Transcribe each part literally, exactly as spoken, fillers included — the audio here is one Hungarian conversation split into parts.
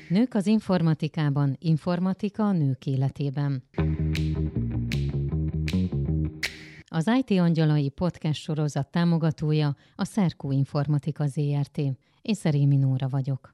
Nők az informatikában, informatika a nők életében. Az i té Angyalai podcast sorozat támogatója a Szerkó Informatika zé er té. Én Szerémi Nóra vagyok.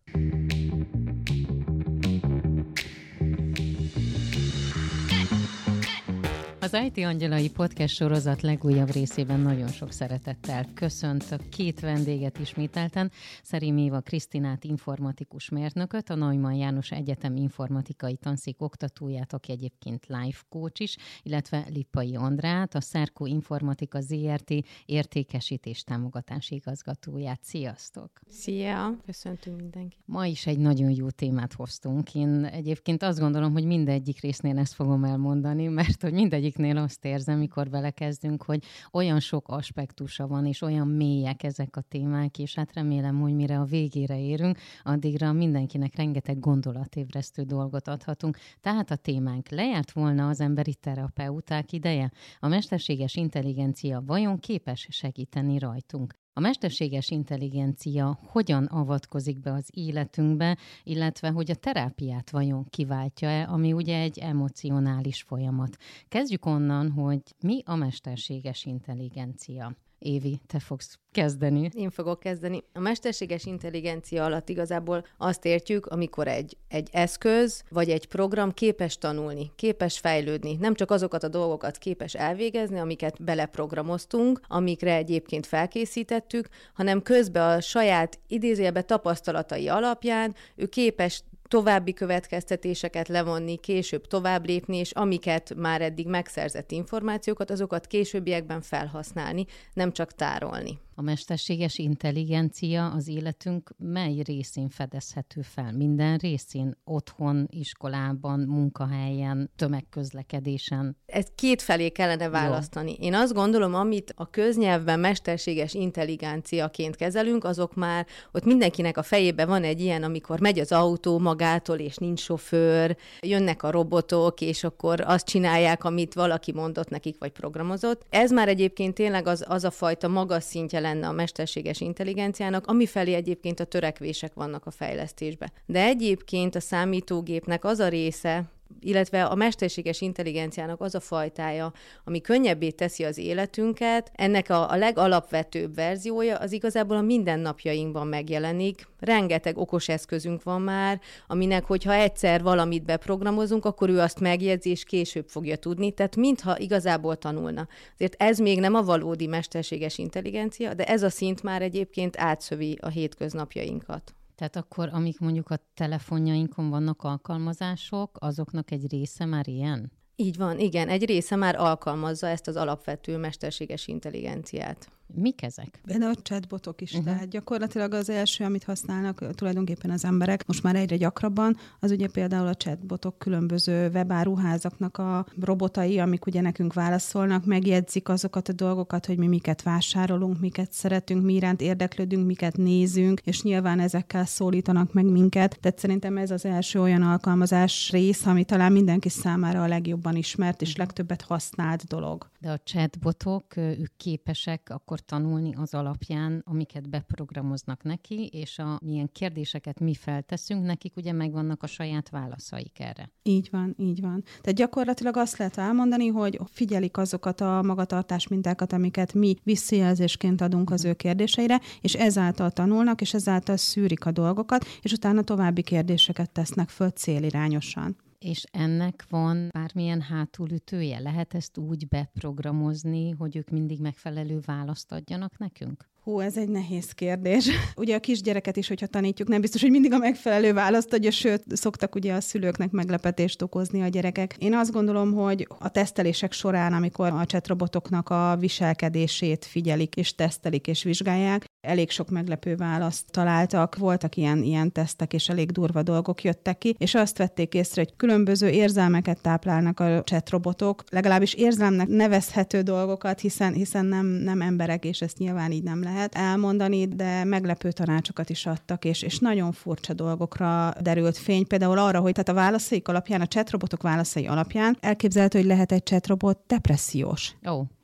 Az i té Angyalai podcast sorozat legújabb részében nagyon sok szeretettel köszöntök két vendéget ismételten. Szerémi Éva Krisztinát, informatikus mérnököt, a Neumann János Egyetem informatikai tanszék oktatóját, aki egyébként life coach is, illetve Lippai Andrát, a Szerkó Informatika zé er té értékesítés támogatási igazgatóját. Sziasztok! Szia! Köszöntünk mindenkit! Ma is egy nagyon jó témát hoztunk. Én egyébként azt gondolom, hogy mindegyik résznél ezt fogom elmondani, mert hogy mindegyik azt érzem, mikor belekezdünk, hogy olyan sok aspektusa van, és olyan mélyek ezek a témák, és hát remélem, hogy mire a végére érünk, addigra mindenkinek rengeteg gondolatébresztő dolgot adhatunk. Tehát a témánk: lejárt volna az emberi terapeuták ideje? A mesterséges intelligencia vajon képes segíteni rajtunk? A mesterséges intelligencia hogyan avatkozik be az életünkbe, illetve hogy a terápiát vajon kiváltja-e, ami ugye egy emocionális folyamat. Kezdjük onnan, hogy mi a mesterséges intelligencia. Évi, te fogsz kezdeni. Én fogok kezdeni. A mesterséges intelligencia alatt igazából azt értjük, amikor egy, egy eszköz vagy egy program képes tanulni, képes fejlődni. Nem csak azokat a dolgokat képes elvégezni, amiket beleprogramoztunk, amikre egyébként felkészítettük, hanem közben a saját idézőjelben tapasztalatai alapján ő képes további következtetéseket levonni, később tovább lépni, és amiket már eddig megszerzett információkat, azokat későbbiekben felhasználni, nem csak tárolni. A mesterséges intelligencia az életünk mely részén fedezhető fel? Minden részén? Otthon, iskolában, munkahelyen, tömegközlekedésen? Ezt két felé kellene választani. Jó. Én azt gondolom, amit a köznyelvben mesterséges intelligenciaként kezelünk, azok már, ott mindenkinek a fejében van egy ilyen, amikor megy az autó magától, és nincs sofőr, jönnek a robotok, és akkor azt csinálják, amit valaki mondott nekik, vagy programozott. Ez már egyébként tényleg az, az a fajta magas szintje lenne a mesterséges intelligenciának, amifelé egyébként a törekvések vannak a fejlesztésbe. De egyébként a számítógépnek az a része, illetve a mesterséges intelligenciának az a fajtája, ami könnyebbé teszi az életünket, ennek a, a legalapvetőbb verziója az igazából a mindennapjainkban megjelenik. Rengeteg okos eszközünk van már, aminek, hogyha egyszer valamit beprogramozunk, akkor ő azt megjegyzi, és később fogja tudni, tehát mintha igazából tanulna. Azért ez még nem a valódi mesterséges intelligencia, de ez a szint már egyébként átszövi a hétköznapjainkat. Tehát akkor, amik mondjuk a telefonjainkon vannak alkalmazások, azoknak egy része már ilyen? Így van, igen, egy része már alkalmazza ezt az alapvető mesterséges intelligenciát. Mik ezek? Például a chatbotok is, uh-huh. tehát gyakorlatilag az első, amit használnak tulajdonképpen az emberek, most már egyre gyakrabban, az ugye például a chatbotok, különböző webáruházaknak a robotai, amik ugye nekünk válaszolnak, megjegyzik azokat a dolgokat, hogy mi miket vásárolunk, miket szeretünk, mi iránt érdeklődünk, miket nézünk, és nyilván ezekkel szólítanak meg minket. Tehát szerintem ez az első olyan alkalmazás rész, ami talán mindenki számára a legjobban ismert és legtöbbet használt dolog. De a chatbotok, ők képesek akkor tanulni az alapján, amiket beprogramoznak neki, és a milyen kérdéseket mi felteszünk nekik, ugye megvannak a saját válaszaik erre. Így van, így van. Tehát gyakorlatilag azt lehet elmondani, hogy figyelik azokat a magatartás mintákat, amiket mi visszajelzésként adunk az ő kérdéseire, és ezáltal tanulnak, és ezáltal szűrik a dolgokat, és utána további kérdéseket tesznek föl célirányosan. És ennek van bármilyen hátulütője? Lehet ezt úgy beprogramozni, hogy ők mindig megfelelő választ adjanak nekünk? Hú, ez egy nehéz kérdés. Ugye a kisgyereket is, hogyha tanítjuk, nem biztos, hogy mindig a megfelelő választ adja, sőt, szoktak ugye a szülőknek meglepetést okozni a gyerekek. Én azt gondolom, hogy a tesztelések során, amikor a chatrobotoknak a viselkedését figyelik, és tesztelik, és vizsgálják, elég sok meglepő választ találtak. Voltak ilyen, ilyen tesztek, és elég durva dolgok jöttek ki, és azt vették észre, hogy különböző érzelmeket táplálnak a chatrobotok, legalábbis érzelmnek nevezhető dolgokat, hiszen, hiszen nem, nem emberek, és ezt nyilván így nem lehet elmondani, de meglepő tanácsokat is adtak, és, és nagyon furcsa dolgokra derült fény, például arra, hogy tehát a válaszaik alapján, a chatrobotok válaszai alapján elképzelhető, hogy lehet egy chatrobot depressziós. Ó.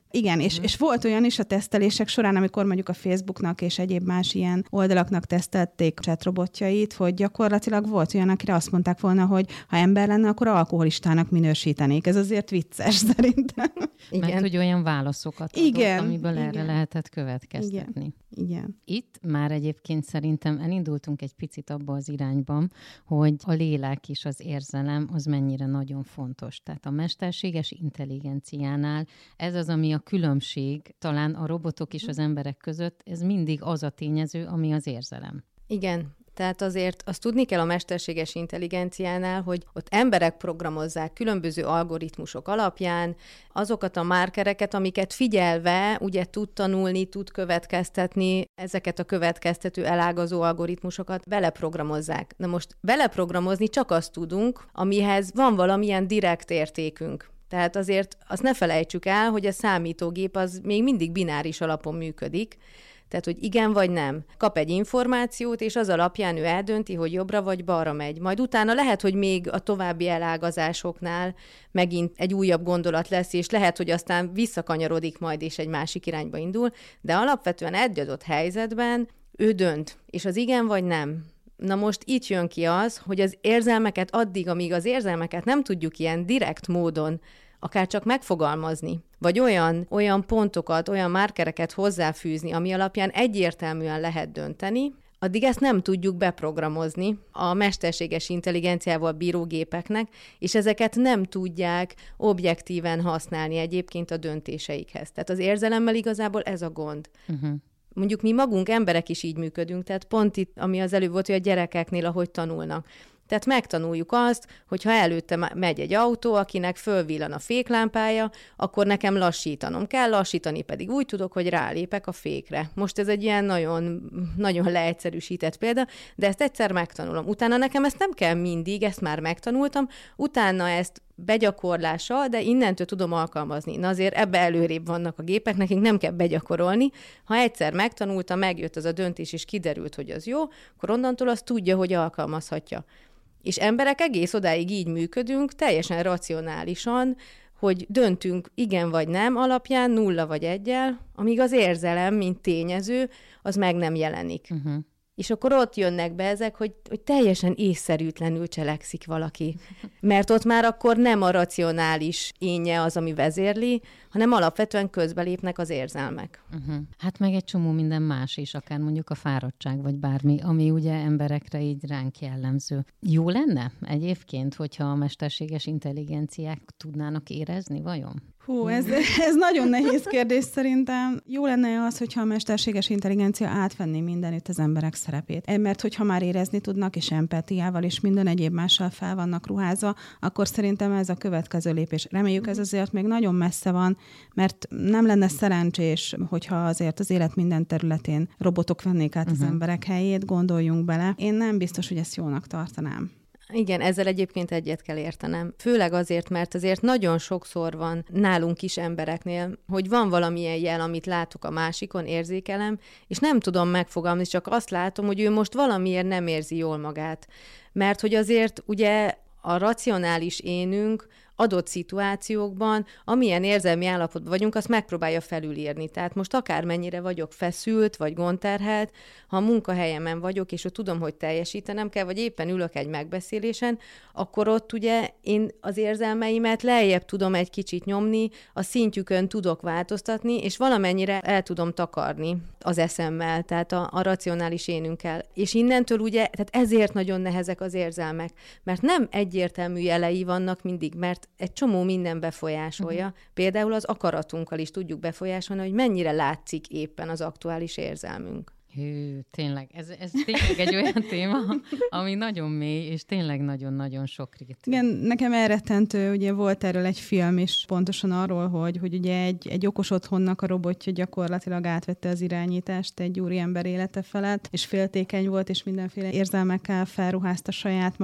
Igen, és, és volt olyan is a tesztelések során, amikor mondjuk a Facebooknak és egyéb más ilyen oldalaknak tesztelték chatrobotjait, hogy gyakorlatilag volt olyan, akire azt mondták volna, hogy ha ember lenne, akkor alkoholistának minősítenék. Ez azért vicces szerintem. Igen. Mert hogy olyan válaszokat adott, igen, amiből igen. erre lehetett következtetni. Igen. Igen. Itt már egyébként szerintem elindultunk egy picit abba az irányban, hogy a lélek és az érzelem az mennyire nagyon fontos. Tehát a mesterséges intelligenciánál ez az, ami a különbség talán a robotok és az emberek között, ez mindig az a tényező, ami az érzelem. Igen. Tehát azért azt tudni kell a mesterséges intelligenciánál, hogy ott emberek programozzák különböző algoritmusok alapján azokat a márkereket, amiket figyelve ugye tud tanulni, tud következtetni, ezeket a következtető elágazó algoritmusokat beleprogramozzák. Na most beleprogramozni csak azt tudunk, amihez van valamilyen direkt értékünk. Tehát azért azt ne felejtsük el, hogy a számítógép az még mindig bináris alapon működik, tehát, hogy igen vagy nem. Kap egy információt, és az alapján ő eldönti, hogy jobbra vagy balra megy. Majd utána lehet, hogy még a további elágazásoknál megint egy újabb gondolat lesz, és lehet, hogy aztán visszakanyarodik majd, és egy másik irányba indul, de alapvetően egy adott helyzetben ő dönt, és az igen vagy nem. Na most itt jön ki az, hogy az érzelmeket addig, amíg az érzelmeket nem tudjuk ilyen direkt módon akár csak megfogalmazni, vagy olyan, olyan pontokat, olyan márkereket hozzáfűzni, ami alapján egyértelműen lehet dönteni, addig ezt nem tudjuk beprogramozni a mesterséges intelligenciával bíró gépeknek, és ezeket nem tudják objektíven használni egyébként a döntéseikhez. Tehát az érzelemmel igazából ez a gond. Uh-huh. Mondjuk mi magunk emberek is így működünk, tehát pont itt, ami az előbb volt, hogy a gyerekeknél, ahogy tanulnak. Tehát megtanuljuk azt, hogy ha előtte megy egy autó, akinek fölvillan a féklámpája, akkor nekem lassítanom kell, lassítani pedig úgy tudok, hogy rálépek a fékre. Most ez egy ilyen nagyon, nagyon leegyszerűsített példa, de ezt egyszer megtanulom. Utána nekem ezt nem kell mindig, ezt már megtanultam, utána ezt begyakorlással, de innentől tudom alkalmazni. Na azért ebbe előrébb vannak a gépek, nekünk nem kell begyakorolni. Ha egyszer megtanultam, megjött az a döntés, és kiderült, hogy az jó, akkor onnantól azt tudja, hogy alkalmazhatja. És emberek egész odáig így működünk, teljesen racionálisan, hogy döntünk igen vagy nem alapján, nulla vagy egyel, amíg az érzelem, mint tényező, az meg nem jelenik. Uh-huh. És akkor ott jönnek be ezek, hogy, hogy teljesen észszerűtlenül cselekszik valaki. Mert ott már akkor nem a racionális énje az, ami vezérli, hanem alapvetően közbelépnek az érzelmek. Uh-huh. Hát meg egy csomó minden más is, akár mondjuk a fáradtság, vagy bármi, ami ugye emberekre így ránk jellemző. Jó lenne egyébként, hogyha a mesterséges intelligenciák tudnának érezni, vajon? Hú, ez, ez nagyon nehéz kérdés szerintem. Jó lenne az, hogyha a mesterséges intelligencia átvenné mindenütt az emberek szerepét. Mert hogyha már érezni tudnak, és empátiával, és minden egyéb mással fel vannak ruházva, akkor szerintem ez a következő lépés. Reméljük, ez azért még nagyon messze van, mert nem lenne szerencsés, hogyha azért az élet minden területén robotok vennék át uh-huh. az emberek helyét, gondoljunk bele. Én nem biztos, hogy ezt jónak tartanám. Igen, ezzel egyébként egyet kell értenem. Főleg azért, mert azért nagyon sokszor van nálunk is embereknél, hogy van valamilyen jel, amit látok a másikon, érzékelem, és nem tudom megfogalmazni, csak azt látom, hogy ő most valamiért nem érzi jól magát. Mert hogy azért ugye a racionális énünk adott szituációkban, amilyen érzelmi állapotban vagyunk, azt megpróbálja felülírni. Tehát most akármennyire vagyok feszült, vagy gondterhelt, ha a munkahelyemen vagyok, és ott tudom, hogy teljesítenem kell, vagy éppen ülök egy megbeszélésen, akkor ott ugye én az érzelmeimet lejjebb tudom egy kicsit nyomni, a szintjükön tudok változtatni, és valamennyire el tudom takarni az eszemmel, tehát a, a racionális énünkkel. És innentől ugye, tehát ezért nagyon nehezek az érzelmek, mert nem egyértelmű jelei vannak mindig, mert egy csomó minden befolyásolja. Uh-huh. Például az akaratunkkal is tudjuk befolyásolni, hogy mennyire látszik éppen az aktuális érzelmünk. Hű, tényleg, ez, ez tényleg egy olyan téma, ami nagyon mély, és tényleg nagyon-nagyon sokrétű. Igen, nekem elrettentő, ugye volt erről egy film is, pontosan arról, hogy, hogy ugye egy, egy okos otthonnak a robotja gyakorlatilag átvette az irányítást egy úriember élete felett, és féltékeny volt, és mindenféle érzelmekkel felruházta saját magát.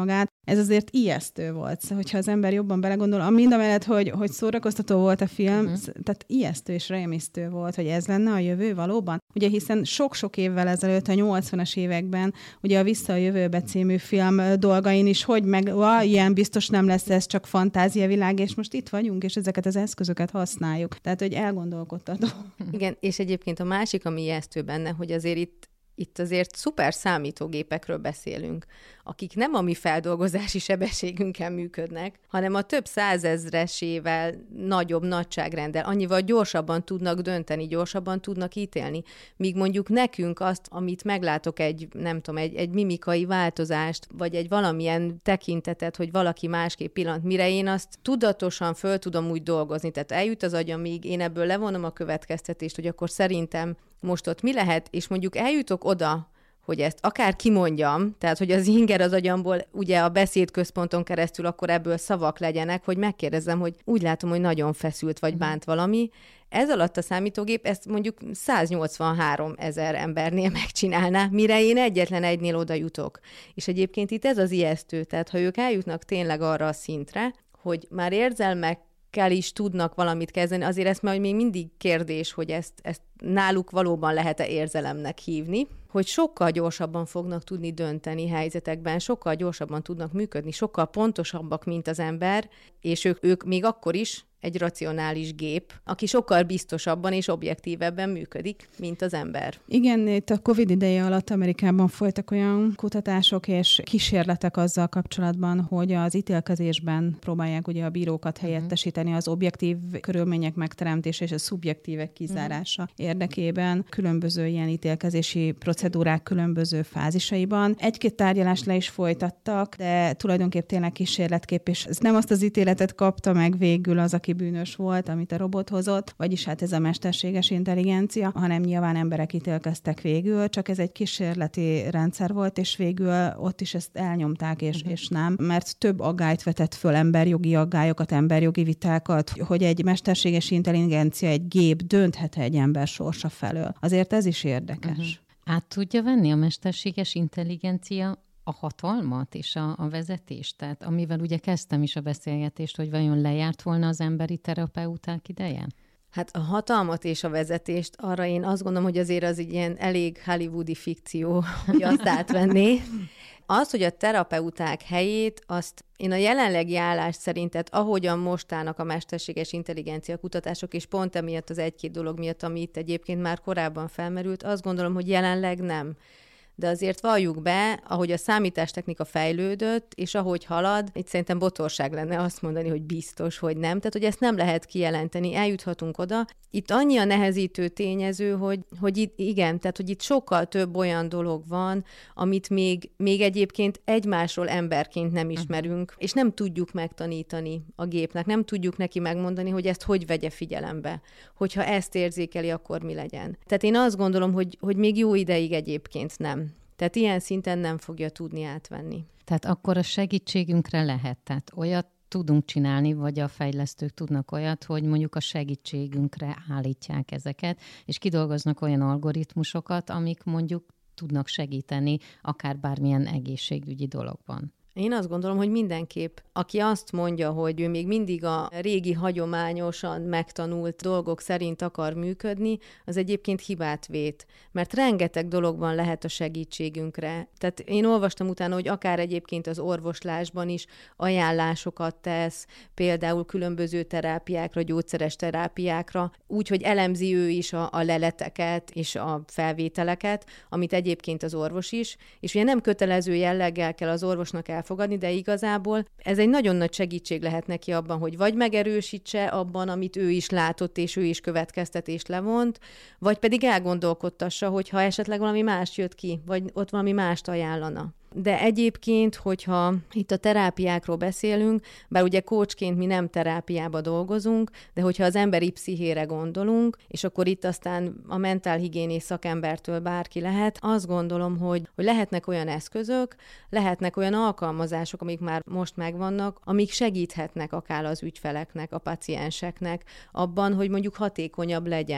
Ez azért ijesztő volt. Szóval, hogyha az ember jobban belegondol, mind a mellett, hogy, hogy szórakoztató volt a film, uh-huh. tehát ijesztő és rémisztő volt, hogy ez lenne a jövő valóban. Ugye hiszen sok-sok évvel ezelőtt, a nyolcvanas években, ugye a Vissza a jövőbe című film dolgain is, hogy meg ah, ilyen biztos nem lesz, ez csak fantáziavilág, és most itt vagyunk, és ezeket az eszközöket használjuk. Tehát, hogy elgondolkodtató. Igen, és egyébként a másik, ami ijesztő benne, hogy azért itt Itt azért szuper számítógépekről beszélünk, akik nem a mi feldolgozási sebességünkkel működnek, hanem a több százezresével nagyobb nagyságrenddel, annyival gyorsabban tudnak dönteni, gyorsabban tudnak ítélni. Míg mondjuk nekünk azt, amit meglátok egy, nem tudom, egy, egy mimikai változást, vagy egy valamilyen tekintetet, hogy valaki másképp pillant, mire én azt tudatosan föl tudom úgy dolgozni. Tehát eljut az agyam, míg én ebből levonom a következtetést, hogy akkor szerintem most ott mi lehet, és mondjuk eljutok oda, hogy ezt akár kimondjam, tehát hogy az inger az agyamból ugye a beszédközponton keresztül akkor ebből szavak legyenek, hogy megkérdezzem, hogy úgy látom, hogy nagyon feszült vagy bánt valami. Ez alatt a számítógép ezt mondjuk száznyolcvanhárom ezer embernél megcsinálná, mire én egyetlen egynél oda jutok. És egyébként itt ez az ijesztő, tehát ha ők eljutnak tényleg arra a szintre, hogy már érzelmek kell is tudnak valamit kezdeni, azért ez majd még mindig kérdés, hogy ezt, ezt náluk valóban lehet-e érzelemnek hívni, hogy sokkal gyorsabban fognak tudni dönteni helyzetekben, sokkal gyorsabban tudnak működni, sokkal pontosabbak, mint az ember, és ők, ők még akkor is egy racionális gép, aki sokkal biztosabban és objektívebben működik, mint az ember. Igen, itt a Covid ideje alatt Amerikában folytak olyan kutatások és kísérletek azzal kapcsolatban, hogy az ítélkezésben próbálják ugye a bírókat helyettesíteni az objektív körülmények megteremtése és a szubjektívek kizárása uh-huh. érdekében, különböző ilyen ítélkezési procedúrák különböző fázisaiban. Egy-két tárgyalást le is folytattak, de tulajdonképpen tényleg kísérletkép, és ez nem azt az ítéletet kapta meg végül az, aki bűnös volt, amit a robot hozott, vagyis hát ez a mesterséges intelligencia, hanem nyilván emberek ítélkeztek végül, csak ez egy kísérleti rendszer volt, és végül ott is ezt elnyomták, és, uh-huh. és nem, mert több aggályt vetett föl, emberjogi aggályokat, emberjogi vitákat, hogy egy mesterséges intelligencia, egy gép dönthet egy ember sorsa felől. Azért ez is érdekes. Uh-huh. Át tudja venni a mesterséges intelligencia a hatalmat és a, a vezetést? Tehát amivel ugye kezdtem is a beszélgetést, hogy vajon lejárt volna az emberi terapeuták ideje? Hát a hatalmat és a vezetést, arra én azt gondolom, hogy azért az egy ilyen elég hollywoodi fikció, hogy azt átvenné. Az, hogy a terapeuták helyét, azt én a jelenlegi állást szerint, tehát ahogyan most állnak a mesterséges intelligencia kutatások, és pont emiatt az egy-két dolog miatt, ami itt egyébként már korábban felmerült, azt gondolom, hogy jelenleg nem. De azért valljuk be, ahogy a számítástechnika fejlődött, és ahogy halad, itt szerintem botorság lenne azt mondani, hogy biztos, hogy nem. Tehát, hogy ezt nem lehet kijelenteni, eljuthatunk oda. Itt annyi a nehezítő tényező, hogy, hogy itt igen, tehát, hogy itt sokkal több olyan dolog van, amit még, még egyébként egymásról emberként nem ismerünk, és nem tudjuk megtanítani a gépnek, nem tudjuk neki megmondani, hogy ezt hogy vegye figyelembe. Hogyha ezt érzékeli, akkor mi legyen. Tehát én azt gondolom, hogy, hogy még jó ideig egyébként nem. Tehát ilyen szinten nem fogja tudni átvenni. Tehát akkor a segítségünkre lehet, tehát olyat tudunk csinálni, vagy a fejlesztők tudnak olyat, hogy mondjuk a segítségünkre állítják ezeket, és kidolgoznak olyan algoritmusokat, amik mondjuk tudnak segíteni akár bármilyen egészségügyi dologban. Én azt gondolom, hogy mindenképp, aki azt mondja, hogy ő még mindig a régi hagyományosan megtanult dolgok szerint akar működni, az egyébként hibát vét. Mert rengeteg dologban lehet a segítségünkre. Tehát én olvastam utána, hogy akár egyébként az orvoslásban is ajánlásokat tesz, például különböző terápiákra, gyógyszeres terápiákra, úgy, hogy elemzi ő is a, a leleteket és a felvételeket, amit egyébként az orvos is, és ugye nem kötelező jelleggel kell az orvosnak el fogadni, de igazából ez egy nagyon nagy segítség lehet neki abban, hogy vagy megerősítse abban, amit ő is látott, és ő is következtetést levont, vagy pedig elgondolkodtassa, hogyha esetleg valami más jött ki, vagy ott valami mást ajánlana. De egyébként, hogyha itt a terápiákról beszélünk, bár ugye coachként mi nem terápiába dolgozunk, de hogyha az emberi pszichére gondolunk, és akkor itt aztán a mentálhigiénész szakembertől bárki lehet, azt gondolom, hogy, hogy lehetnek olyan eszközök, lehetnek olyan alkalmazások, amik már most megvannak, amik segíthetnek akár az ügyfeleknek, a pacienseknek abban, hogy mondjuk hatékonyabb legyen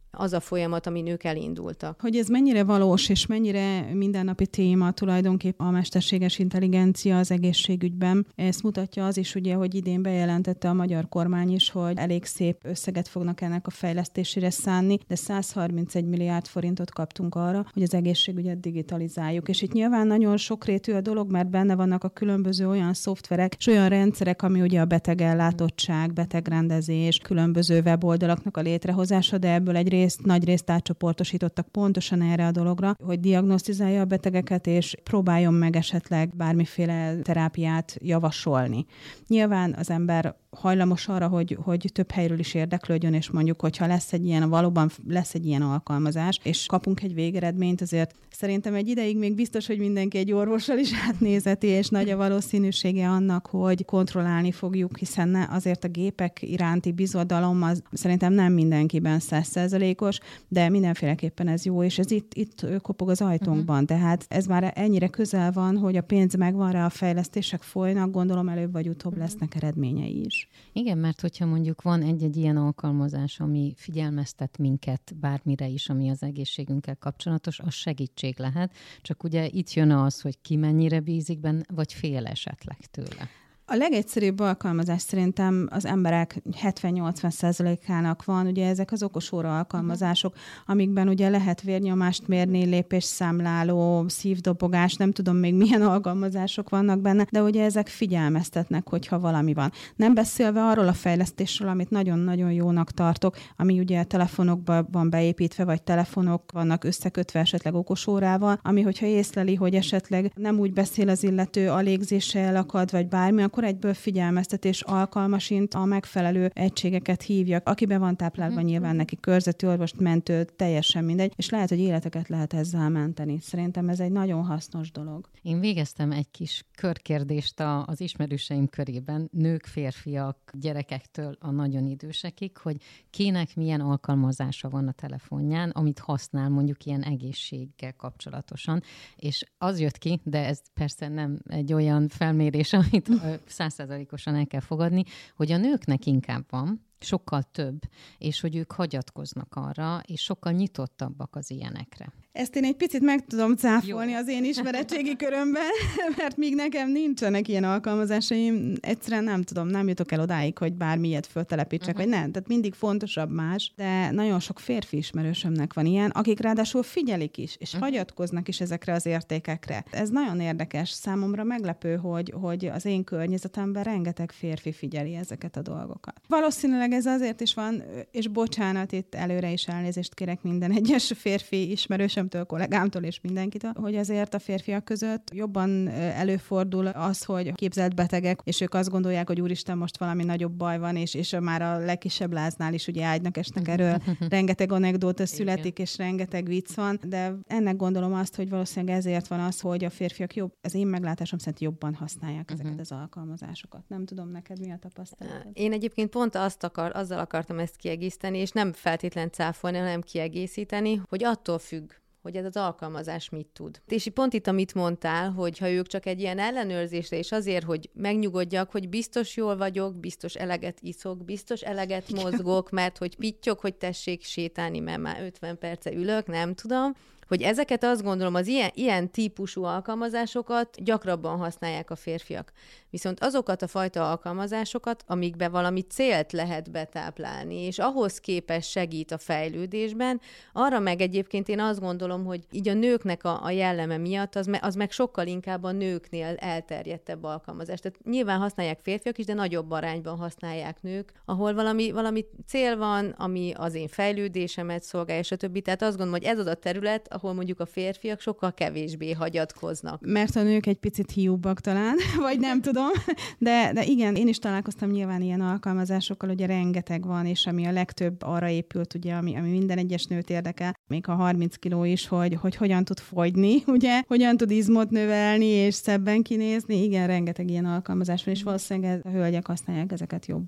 az a folyamat, ami nők elindultak. Hogy ez mennyire valós és mennyire mindennapi téma tulajdonképpen a mesterséges intelligencia az egészségügyben. Ezt mutatja az is, ugye, hogy idén bejelentette a magyar kormány is, hogy elég szép összeget fognak ennek a fejlesztésére szánni, de száz harmincegy milliárd forintot kaptunk arra, hogy az egészségügyet digitalizáljuk. És itt nyilván nagyon sokrétű a dolog, mert benne vannak a különböző olyan szoftverek és olyan rendszerek, ami ugye a betegellátottság, betegrendezés, különböző weboldalaknak a létrehozása, de ebből egy részt, nagy részt átcsoportosítottak pontosan erre a dologra, hogy diagnosztizálja a betegeket, és próbáljon meg esetleg bármiféle terápiát javasolni. Nyilván az ember hajlamos arra, hogy, hogy több helyről is érdeklődjön, és mondjuk, hogyha lesz egy ilyen, valóban lesz egy ilyen alkalmazás, és kapunk egy végeredményt, azért szerintem egy ideig még biztos, hogy mindenki egy orvossal is átnézeti, és nagy a valószínűsége annak, hogy kontrollálni fogjuk, hiszen ne, azért a gépek iránti bizodalom az szerintem nem mindenkiben száz százalékos, de mindenféleképpen ez jó, és ez itt, itt kopog az ajtónkban. Uh-huh. Tehát ez már ennyire közel van, hogy a pénz megvan rá, a fejlesztések folynak, gondolom előbb vagy utóbb uh-huh. lesznek eredményei is. Igen, mert hogyha mondjuk van egy-egy ilyen alkalmazás, ami figyelmeztet minket bármire is, ami az egészségünkkel kapcsolatos, az segítség lehet. Csak ugye itt jön az, hogy ki mennyire bízik benne, vagy fél esetleg tőle. A legegyszerűbb alkalmazás szerintem az emberek hetven-nyolcvan százalékának van, ugye ezek az okosóra alkalmazások, amikben ugye lehet vérnyomást mérni, lépésszámláló, szívdobogás, nem tudom még milyen alkalmazások vannak benne, de ugye ezek figyelmeztetnek, hogyha valami van. Nem beszélve arról a fejlesztésről, amit nagyon-nagyon jónak tartok, ami ugye a telefonokban van beépítve, vagy telefonok vannak összekötve esetleg okosórával, ami hogyha észleli, hogy esetleg nem úgy beszél az illető, a légzése elakad, vagy bármi, akkor egyből figyelmeztetés alkalmasint a megfelelő egységeket hívja. Aki be van táplálva, mm-hmm. nyilván neki körzeti orvost, mentő, teljesen mindegy, és lehet, hogy életeket lehet ezzel menteni. Szerintem ez egy nagyon hasznos dolog. Én végeztem egy kis körkérdést az ismerőseim körében, nők, férfiak, gyerekektől a nagyon idősekig, hogy kinek milyen alkalmazása van a telefonján, amit használ mondjuk ilyen egészséggel kapcsolatosan, és az jött ki, de ez persze nem egy olyan felmérés, amit száz százalékosan el kell fogadni, hogy a nőknek inkább van, sokkal több, és hogy ők hagyatkoznak arra, és sokkal nyitottabbak az ilyenekre. Ezt én egy picit meg tudom cáfolni Jó. az én ismeretségi körömben, mert míg nekem nincsenek ilyen alkalmazásaim, egyszerűen nem tudom, nem jutok el odáig, hogy bármi ilyet föltelepítsek, uh-huh. vagy nem. Tehát mindig fontosabb más, de nagyon sok férfi ismerősömnek van ilyen, akik ráadásul figyelik is, és uh-huh. hagyatkoznak is ezekre az értékekre. Ez nagyon érdekes. Számomra meglepő, hogy, hogy az én környezetemben rengeteg férfi figyeli ezeket a dolgokat. Valószínűleg ez azért is van, és bocsánat, itt előre is elnézést kérek minden egyes férfi ismerősömtől, kollégámtól és mindenkitől, hogy azért a férfiak között jobban előfordul az, hogy képzelt betegek, és ők azt gondolják, hogy úristen, most valami nagyobb baj van, és, és már a legkisebb láznál is ugye ágynak esnek erről. Rengeteg anekdóta születik, és rengeteg vicc van, de ennek gondolom azt, hogy valószínűleg ezért van az, hogy a férfiak jobb, az én meglátásom szerint jobban használják ezeket az alkalmazásokat. Nem tudom, neked mi a tapasztalatod? Én egyébként pont azt akar, azzal akartam ezt kiegészíteni, és nem feltétlen cáfolni, hanem kiegészíteni, hogy attól függ, hogy ez az alkalmazás mit tud. És pont itt, amit mondtál, hogy ha ők csak egy ilyen ellenőrzésre, és azért, hogy megnyugodjak, hogy biztos jól vagyok, biztos eleget iszok, biztos eleget mozgok, mert hogy pittyog, hogy tessék sétálni, mert már ötven perce ülök, nem tudom, hogy ezeket azt gondolom, az ilyen, ilyen típusú alkalmazásokat gyakrabban használják a férfiak. Viszont azokat a fajta alkalmazásokat, amikbe valami célt lehet betáplálni, és ahhoz képes segít a fejlődésben, arra meg egyébként én azt gondolom, hogy így a nőknek a, a jelleme miatt az, me, az meg sokkal inkább a nőknél elterjedtebb alkalmazás. Tehát nyilván használják férfiak is, de nagyobb arányban használják nők, ahol valami, valami cél van, ami az én fejlődésemet szolgálja, stb. Tehát azt gondolom, hogy ez az a terület, ahol mondjuk a férfiak sokkal kevésbé hagyatkoznak. Mert a nők egy picit hiúbbak talán, vagy nem tudom, de, de igen, én is találkoztam nyilván ilyen alkalmazásokkal, ugye rengeteg van, és ami a legtöbb arra épült, ugye, ami, ami minden egyes nőt érdekel, még a harminc kiló is, hogy, hogy hogyan tud fogyni, ugye, hogyan tud izmot növelni, és szebben kinézni, igen, rengeteg ilyen alkalmazás van, és valószínűleg a hölgyek használják ezeket jobban.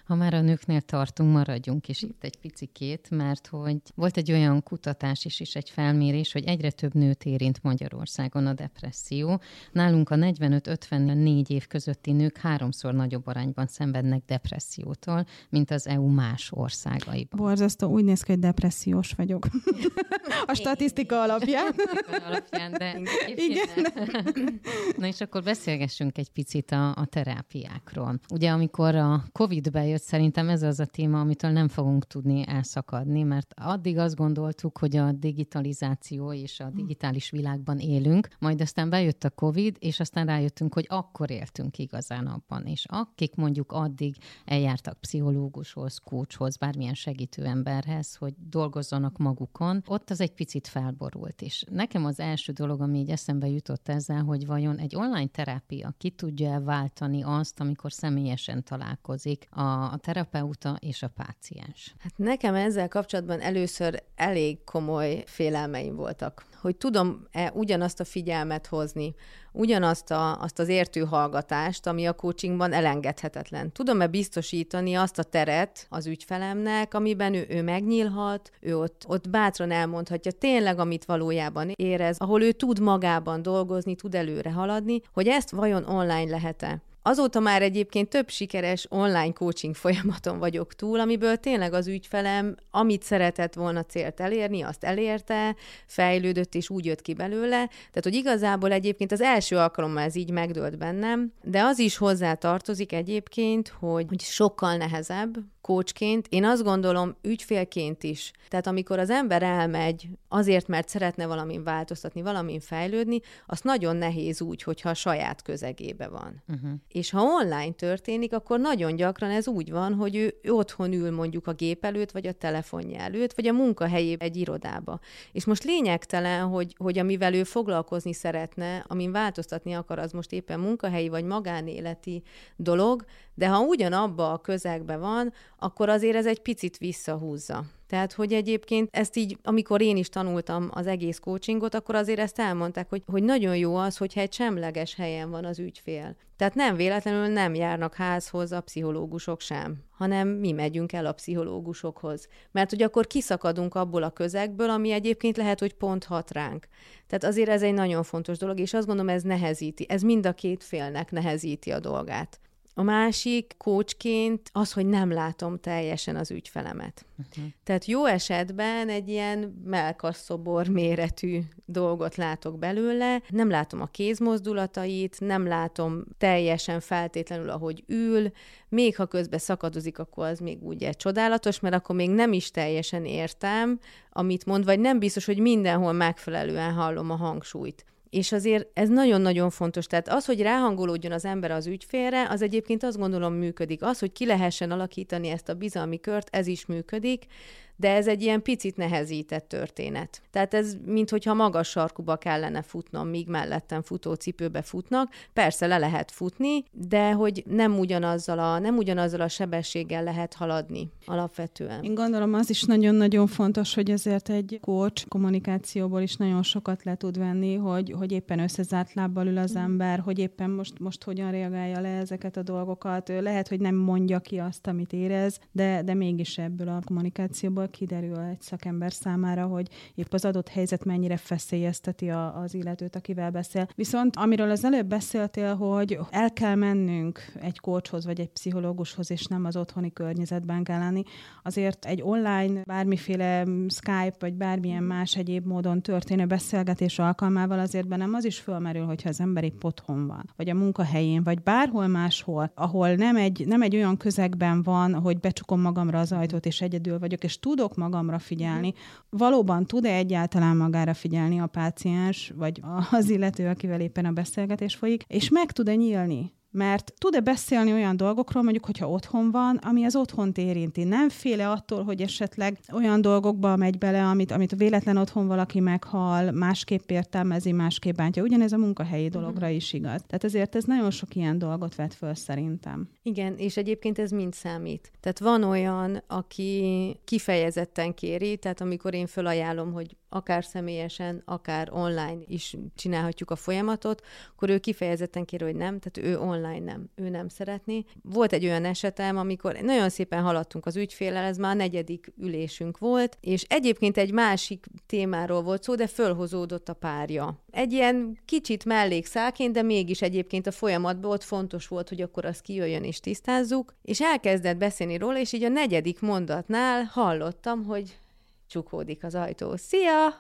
Ha már a nőknél tartunk, maradjunk is itt egy picikét, mert hogy volt egy olyan kutatás is, is egy felmérés, hogy egyre több nőt érint Magyarországon a depresszió. Nálunk a negyvenöt-ötvennégy év közötti nők háromszor nagyobb arányban szenvednek depressziótól, mint az é u más országaiban. Borzasztó, úgy néz ki, hogy depressziós vagyok. A statisztika alapján. A statisztika alapján, de igen. Na és akkor beszélgessünk egy picit a, a terápiákról. Ugye amikor a Covid bejött, szerintem ez az a téma, amitől nem fogunk tudni elszakadni, mert addig azt gondoltuk, hogy a digitalizáció és a digitális világban élünk, majd aztán bejött a Covid, és aztán rájöttünk, hogy akkor éltünk igazán abban. És akik mondjuk addig eljártak pszichológushoz, coachhoz, bármilyen segítő emberhez, hogy dolgozzanak magukon, ott az egy picit felborult. És nekem az első dolog, ami így eszembe jutott ezzel, hogy vajon egy online terápia ki tudja váltani azt, amikor személyesen találkozik a, a terapeuta és a páciens? Hát nekem ezzel kapcsolatban először elég komoly félelmeim voltak, hogy tudom-e ugyanazt a figyelmet hozni, ugyanazt a, azt az értő hallgatást, ami a coachingban elengedhetetlen. Tudom-e biztosítani azt a teret az ügyfelemnek, amiben ő, ő megnyílhat, ő ott, ott bátran elmondhatja tényleg, amit valójában érez, ahol ő tud magában dolgozni, tud előre haladni, hogy ezt vajon online lehet-e? Azóta már egyébként több sikeres online coaching folyamaton vagyok túl, amiből tényleg az ügyfelem, amit szeretett volna célt elérni, azt elérte, fejlődött, és úgy jött ki belőle. Tehát, hogy igazából egyébként az első alkalommal ez így megdőlt bennem, de az is hozzá tartozik egyébként, hogy, hogy sokkal nehezebb coachként, én azt gondolom ügyfélként is. Tehát amikor az ember elmegy azért, mert szeretne valamin változtatni, valamin fejlődni, az nagyon nehéz úgy, hogyha a saját közegébe van. Uh-huh. És ha online történik, akkor nagyon gyakran ez úgy van, hogy ő, ő otthon ül mondjuk a gép előtt, vagy a telefonja előtt, vagy a munkahelyében egy irodába. És most lényegtelen, hogy, hogy amivel ő foglalkozni szeretne, amin változtatni akar, az most éppen munkahelyi vagy magánéleti dolog, de ha ugyanabba a közegben van, akkor azért ez egy picit visszahúzza. Tehát, hogy egyébként ezt így, amikor én is tanultam az egész coachingot, akkor azért ezt elmondták, hogy, hogy nagyon jó az, hogyha egy semleges helyen van az ügyfél. Tehát nem véletlenül nem járnak házhoz a pszichológusok sem, hanem mi megyünk el a pszichológusokhoz. Mert hogy akkor kiszakadunk abból a közegből, ami egyébként lehet, hogy pont hat ránk. Tehát azért ez egy nagyon fontos dolog, és azt gondolom, ez nehezíti, ez mind a két félnek nehezíti a dolgát. A másik coachként az, hogy nem látom teljesen az ügyfelemet. Uh-huh. Tehát jó esetben egy ilyen mellkasszobor méretű dolgot látok belőle, nem látom a kézmozdulatait, nem látom teljesen feltétlenül, ahogy ül, még ha közben szakadozik, akkor az még ugye csodálatos, mert akkor még nem is teljesen értem, amit mond, vagy nem biztos, hogy mindenhol megfelelően hallom a hangsúlyt. És azért ez nagyon-nagyon fontos. Tehát az, hogy ráhangolódjon az ember az ügyfélre, az egyébként azt gondolom működik. Az, hogy ki lehessen alakítani ezt a bizalmi kört, ez is működik, de ez egy ilyen picit nehezített történet. Tehát ez, minthogyha magas sarkuba kellene futnom, míg mellettem futócipőbe futnak. Persze le lehet futni, de hogy nem ugyanazzal a, nem ugyanazzal a sebességgel lehet haladni alapvetően. Én gondolom, az is nagyon-nagyon fontos, hogy ezért egy coach kommunikációból is nagyon sokat le tud venni, hogy, hogy éppen összezárt lábbal ül az ember, hogy éppen most, most hogyan reagálja le ezeket a dolgokat. Lehet, hogy nem mondja ki azt, amit érez, de, de mégis ebből a kommunikációból kiderül egy szakember számára, hogy épp az adott helyzet mennyire feszélyezteti a, az illetőt, akivel beszél. Viszont amiről az előbb beszéltél, hogy el kell mennünk egy coachhoz vagy egy pszichológushoz, és nem az otthoni környezetben kell lenni, azért egy online, bármiféle Skype, vagy bármilyen más egyéb módon történő beszélgetés alkalmával azért bennem az is fölmerül, hogyha az ember épp otthon van, vagy a munkahelyén, vagy bárhol máshol, ahol nem egy, nem egy olyan közegben van, hogy becsukom magamra az ajtót, és egyedül vagyok, és tudok magamra figyelni. Valóban tud-e egyáltalán magára figyelni a páciens, vagy az illető, akivel éppen a beszélgetés folyik, és meg tud-e nyílni? Mert tud-e beszélni olyan dolgokról, mondjuk, hogyha otthon van, ami az otthont érinti. Nem féle attól, hogy esetleg olyan dolgokba megy bele, amit, amit véletlen otthon valaki meghal, másképp értelmezi, másképp bántja. Ugyanez a munkahelyi dologra is igaz. Tehát ezért ez nagyon sok ilyen dolgot vet föl szerintem. Igen, és egyébként ez mind számít. Tehát van olyan, aki kifejezetten kéri, tehát amikor én fölajánlom, hogy akár személyesen, akár online is csinálhatjuk a folyamatot, akkor ő kifejezetten kér, hogy nem, tehát ő online nem, ő nem szeretné. Volt egy olyan esetem, amikor nagyon szépen haladtunk az ügyféllel, ez már a negyedik ülésünk volt, és egyébként egy másik témáról volt szó, de fölhozódott a párja. Egy ilyen kicsit mellékszálként, de mégis egyébként a folyamatban ott fontos volt, hogy akkor az kijöjjön és tisztázzuk, és elkezdett beszélni róla, és így a negyedik mondatnál hallottam, hogy csukódik az ajtó. Szia!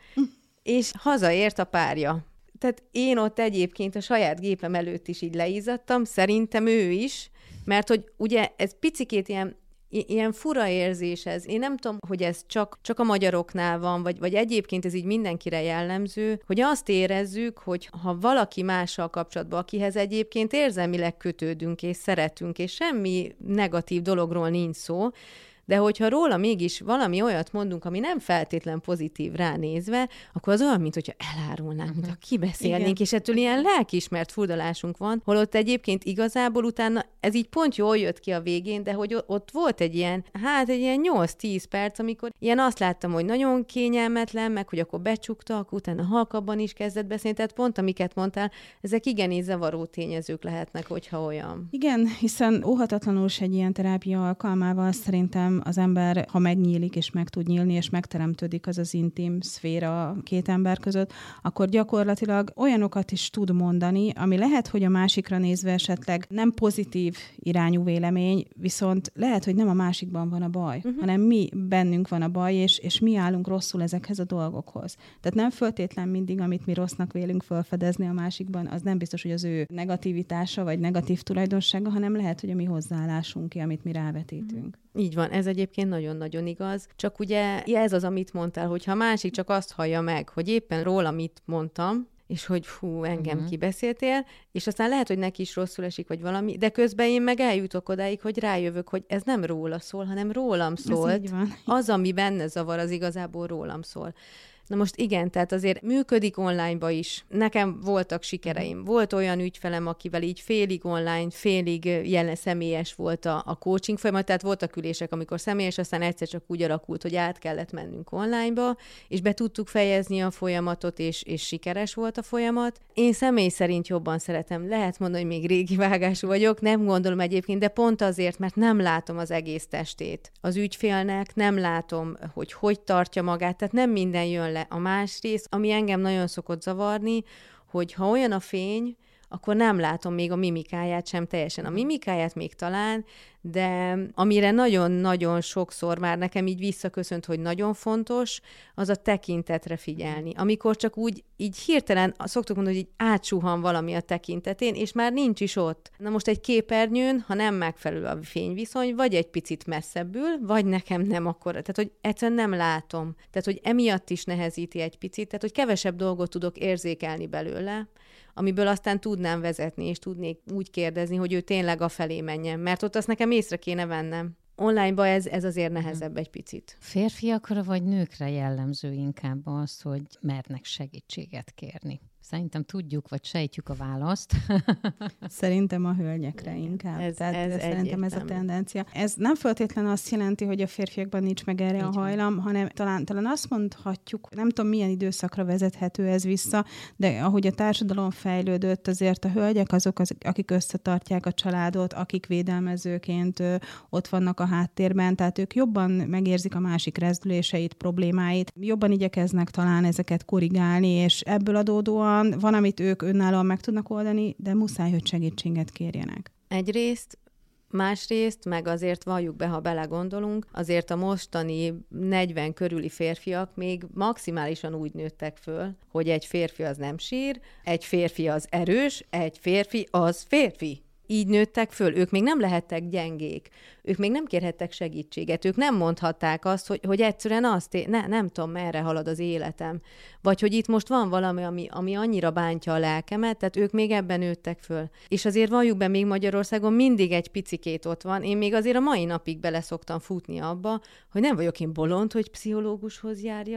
És hazaért a párja. Tehát én ott egyébként a saját gépem előtt is így leizzadtam, szerintem ő is, mert hogy ugye ez picikét ilyen Ilyen fura érzés ez. Én nem tudom, hogy ez csak, csak a magyaroknál van, vagy, vagy egyébként ez így mindenkire jellemző, hogy azt érezzük, hogy ha valaki mással kapcsolatban, akihez egyébként érzelmileg kötődünk és szeretünk, és semmi negatív dologról nincs szó, de hogyha róla mégis valami olyat mondunk, ami nem feltétlen pozitív ránézve, akkor az olyan, mint hogyha elárulnánk, uh-huh. mint ha kibeszélnénk, igen. És ettől ilyen lelkiismert furdalásunk van, holott egyébként igazából utána ez így pont jól jött ki a végén, de hogy ott volt egy ilyen, hát egy ilyen nyolc-tíz perc, amikor ilyen azt láttam, hogy nagyon kényelmetlen, meg hogy akkor becsuktak, utána halkabban is kezdett beszélni, tehát pont amiket mondtál, ezek igenis zavaró tényezők lehetnek, hogyha olyan. Igen, hiszen óhatatlanul is egy ilyen terápia alkalmával szerintem az ember, ha megnyílik és meg tud nyílni, és megteremtődik az az intim szféra két ember között, akkor gyakorlatilag olyanokat is tud mondani, ami lehet, hogy a másikra nézve esetleg nem pozitív irányú vélemény, viszont lehet, hogy nem a másikban van a baj, uh-huh. hanem mi bennünk van a baj, és, és mi állunk rosszul ezekhez a dolgokhoz. Tehát nem föltétlen mindig, amit mi rossznak vélünk felfedezni a másikban, az nem biztos, hogy az ő negativitása, vagy negatív tulajdonsága, hanem lehet, hogy a mi hozzáállásunk ki, amit mi rávetítünk. Uh-huh. Így van, ez egyébként nagyon-nagyon igaz. Csak ugye ez az, amit mondtál, hogy ha a másik csak azt hallja meg, hogy éppen róla mit mondtam, és hogy hú, engem uh-huh. kibeszéltél, és aztán lehet, hogy neki is rosszul esik, vagy valami, de közben én meg eljutok odáig, hogy rájövök, hogy ez nem róla szól, hanem rólam szólt. Az, ami benne zavar, az igazából rólam szól. Na most igen, tehát azért működik online-ba is. Nekem voltak sikereim. Volt olyan ügyfelem, akivel így félig online, félig jelen személyes volt a, a coaching folyamat, tehát voltak ülések, amikor személyes, aztán egyszer csak úgy alakult, hogy át kellett mennünk online-ba, és be tudtuk fejezni a folyamatot, és, és sikeres volt a folyamat. Én személy szerint jobban szeretem. Lehet mondani, hogy még régi vágású vagyok, nem gondolom egyébként, de pont azért, mert nem látom az egész testét. Az ügyfélnek nem látom, hogy hogy tartja magát, tehát nem minden jön le. A másrészt, ami engem nagyon szokott zavarni, hogy ha olyan a fény, akkor nem látom még a mimikáját sem teljesen. A mimikáját még talán, de amire nagyon-nagyon sokszor már nekem így visszaköszönt, hogy nagyon fontos, az a tekintetre figyelni. Amikor csak úgy így hirtelen, szoktuk mondani, hogy így átsuhan valami a tekintetén, és már nincs is ott. Na most egy képernyőn, ha nem megfelelő a fényviszony, vagy egy picit messzebbül, vagy nekem nem akkor. Tehát, hogy egyszerűen nem látom. Tehát, hogy emiatt is nehezíti egy picit, tehát, hogy kevesebb dolgot tudok érzékelni belőle, amiből aztán tudnám vezetni, és tudnék úgy kérdezni, hogy ő tényleg afelé menjen, mert ott azt nekem észre kéne vennem. Online-ba ez, ez azért nehezebb egy picit. Férfiakra vagy nőkre jellemző inkább az, hogy mernek segítséget kérni? Szerintem tudjuk, vagy sejtjük a választ. Szerintem a hölgyekre inkább. Ez, Tehát ez szerintem ez a tendencia. Ez nem feltétlenül azt jelenti, hogy a férfiakban nincs meg erre Így a hajlam, van. hanem talán, talán azt mondhatjuk, nem tudom milyen időszakra vezethető ez vissza, de ahogy a társadalom fejlődött, azért a hölgyek azok, az, akik összetartják a családot, akik védelmezőként ö, ott vannak a háttérben, tehát ők jobban megérzik a másik rezdüléseit, problémáit, jobban igyekeznek talán ezeket korrigálni, és ebből adódóan van, amit ők önállóan meg tudnak oldani, de muszáj, hogy segítséget kérjenek. Egyrészt, másrészt, meg azért valljuk be, ha belegondolunk, azért a mostani negyven körüli férfiak még maximálisan úgy nőttek föl, hogy egy férfi az nem sír, egy férfi az erős, egy férfi az férfi. Így nőttek föl, ők még nem lehettek gyengék, ők még nem kérhettek segítséget, ők nem mondhatták azt, hogy, hogy egyszerűen azt, é- ne, nem tudom, merre halad az életem, vagy hogy itt most van valami, ami, ami annyira bántja a lelkemet, tehát ők még ebben nőttek föl. És azért valljuk be, még Magyarországon mindig egy picikét ott van, én még azért a mai napig bele szoktam futni abba, hogy nem vagyok én bolond, hogy pszichológushoz járjak.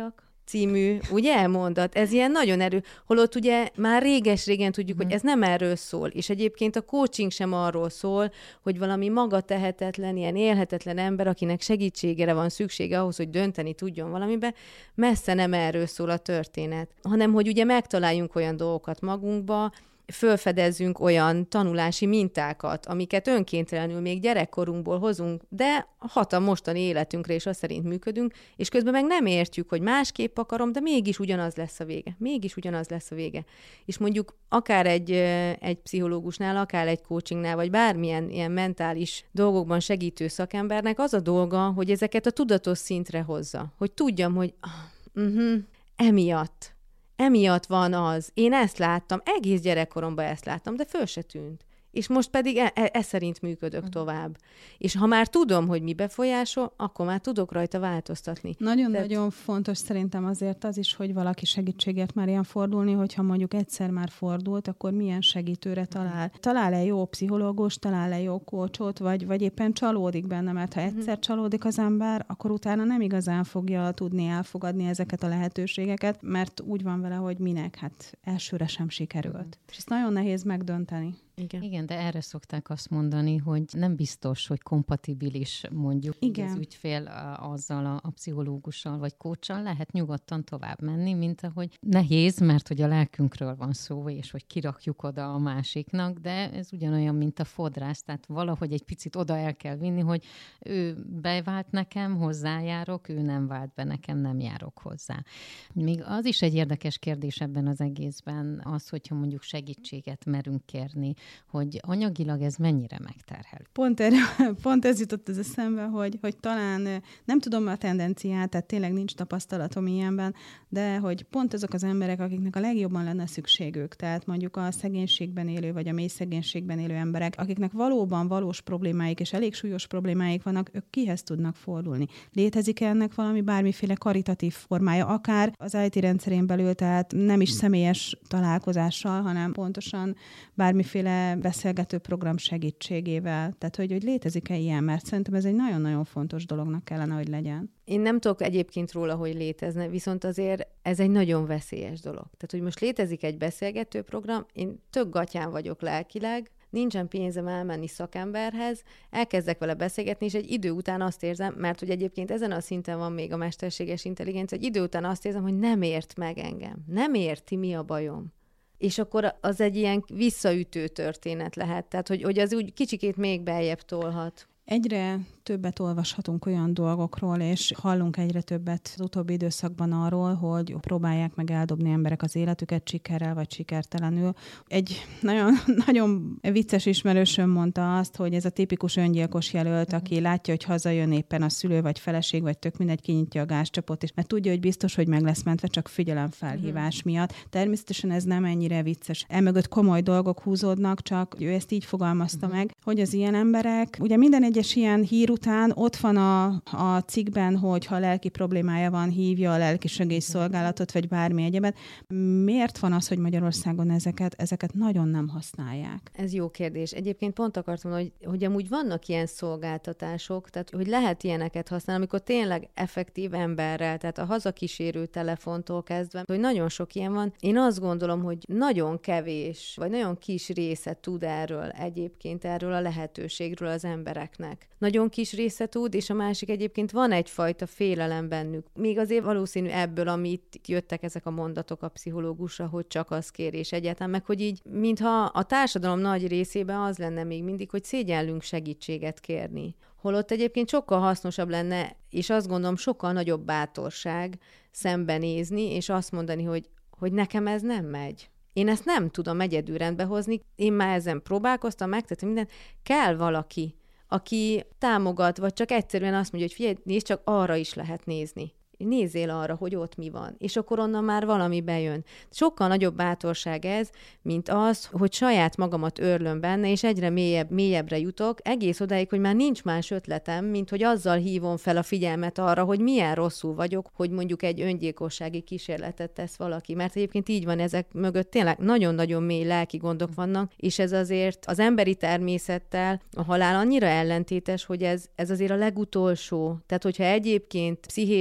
című, ugye, mondat, ez ilyen nagyon erő, holott ugye már réges-régen tudjuk, hmm. hogy ez nem erről szól, és egyébként a coaching sem arról szól, hogy valami maga tehetetlen, ilyen élhetetlen ember, akinek segítségére van szüksége ahhoz, hogy dönteni tudjon valamibe, messze nem erről szól a történet, hanem hogy ugye megtaláljunk olyan dolgokat magunkba, fölfedezzünk olyan tanulási mintákat, amiket önkéntelenül még gyerekkorunkból hozunk, de hat a mostani életünkre, és azt szerint működünk, és közben meg nem értjük, hogy másképp akarom, de mégis ugyanaz lesz a vége. Mégis ugyanaz lesz a vége. És mondjuk akár egy, egy pszichológusnál, akár egy coachingnál, vagy bármilyen ilyen mentális dolgokban segítő szakembernek az a dolga, hogy ezeket a tudatos szintre hozza. Hogy tudjam, hogy uh-huh, emiatt Emiatt van az. Én ezt láttam, egész gyerekkoromban ezt láttam, de föl se tűnt. És most pedig e, e, e szerint működök uh-huh. tovább. És ha már tudom, hogy mi befolyásol, akkor már tudok rajta változtatni. Nagyon-nagyon Tehát... fontos szerintem azért az is, hogy valaki segítségért már ilyen fordulni, hogyha mondjuk egyszer már fordult, akkor milyen segítőre talál. Talál-e jó pszichológus, talál-e jó coachot, vagy, vagy éppen csalódik benne, mert ha egyszer uh-huh. csalódik az ember, akkor utána nem igazán fogja tudni elfogadni ezeket a lehetőségeket, mert úgy van vele, hogy minek, hát elsőre sem sikerült. Uh-huh. És ezt nagyon nehéz megdönteni. Igen. Igen, de erre szokták azt mondani, hogy nem biztos, hogy kompatibilis mondjuk Igen. az ügyfél azzal a, a pszichológussal vagy coachsal, lehet nyugodtan tovább menni, mint ahogy nehéz, mert hogy a lelkünkről van szó, és hogy kirakjuk oda a másiknak, de ez ugyanolyan, mint a fodrász, tehát valahogy egy picit oda el kell vinni, hogy ő bevált nekem, hozzájárok, ő nem vált be nekem, nem járok hozzá. Még az is egy érdekes kérdés ebben az egészben, az, hogyha mondjuk segítséget merünk kérni, hogy anyagilag ez mennyire megterhel. Pont, erre, pont ez jutott az eszembe, hogy, hogy talán nem tudom a tendenciát, tehát tényleg nincs tapasztalatom ilyenben, de hogy pont azok az emberek, akiknek a legjobban lenne szükségük, tehát mondjuk a szegénységben élő, vagy a mély szegénységben élő emberek, akiknek valóban valós problémáik, és elég súlyos problémáik vannak, ők kihez tudnak fordulni? Létezik ennek valami bármiféle karitatív formája, akár az í té rendszerén belül, tehát nem is személyes találkozással, hanem pontosan bármiféle beszélgető program segítségével. Tehát, hogy, hogy létezik-e ilyen, mert szerintem ez egy nagyon-nagyon fontos dolognak kellene, hogy legyen. Én nem tudok egyébként róla, hogy létezne, viszont azért ez egy nagyon veszélyes dolog. Tehát, hogy most létezik egy beszélgető program, én tök gatyán vagyok lelkileg, nincsen pénzem elmenni szakemberhez, elkezdek vele beszélgetni, és egy idő után azt érzem, mert hogy egyébként ezen a szinten van még a mesterséges intelligencia, egy idő után azt érzem, hogy nem ért meg engem. Nem érti, mi a bajom. És akkor az egy ilyen visszaütő történet lehet. Tehát, hogy, hogy az úgy kicsikét még beljebb tolhat. Egyre többet olvashatunk olyan dolgokról, és hallunk egyre többet az utóbbi időszakban arról, hogy próbálják meg eldobni emberek az életüket sikerrel vagy sikertelenül. Egy nagyon, nagyon vicces ismerősöm mondta azt, hogy ez a tipikus öngyilkos jelölt, aki látja, hogy hazajön éppen a szülő vagy feleség, vagy tök mindegy, kinyitja a gázcsapot, és mert tudja, hogy biztos, hogy meg lesz mentve, csak figyelemfelhívás uh-huh. miatt. Természetesen ez nem ennyire vicces. Emögött komoly dolgok húzódnak, csak ő ezt így fogalmazta uh-huh. meg, hogy az ilyen emberek, ugye minden egyes ilyen hír után ott van a, a cikkben, hogy ha lelki problémája van, hívja a lelki segélyszolgálatot, vagy bármi egyebet. Miért van az, hogy Magyarországon ezeket, ezeket nagyon nem használják? Ez jó kérdés. Egyébként pont akartam, hogy, hogy amúgy vannak ilyen szolgáltatások, tehát hogy lehet ilyeneket használni, amikor tényleg effektív emberrel, tehát a hazakísérő telefontól kezdve, hogy nagyon sok ilyen van. Én azt gondolom, hogy nagyon kevés, vagy nagyon kis része tud erről egyébként, erről a lehetőségről az embereknek. Nagyon kis része tud, és a másik egyébként van egyfajta félelem bennük. Még azért valószínű ebből, amit jöttek ezek a mondatok a pszichológusra, hogy csak az kérés egyáltalán, meg hogy így, mintha a társadalom nagy részében az lenne még mindig, hogy szégyellünk segítséget kérni. Holott egyébként sokkal hasznosabb lenne, és azt gondolom sokkal nagyobb bátorság szembenézni, és azt mondani, hogy, hogy nekem ez nem megy. Én ezt nem tudom egyedül rendbe hozni, én már ezen próbálkoztam, megtettem mindent, kell valaki, aki támogat, vagy csak egyszerűen azt mondja, hogy figyelj, nézd, csak arra is lehet nézni. Nézzél arra, hogy ott mi van. És akkor onnan már valami bejön. Sokkal nagyobb bátorság ez, mint az, hogy saját magamat őrlöm benne, és egyre mélyebb, mélyebbre jutok, egész odáig, hogy már nincs más ötletem, mint hogy azzal hívom fel a figyelmet arra, hogy milyen rosszul vagyok, hogy mondjuk egy öngyilkossági kísérletet tesz valaki. Mert egyébként így van, ezek mögött tényleg nagyon-nagyon mély lelki gondok vannak, és ez azért az emberi természettel a halál annyira ellentétes, hogy ez, ez azért a legutolsó. Tehát, hogyha egyébként pszichésen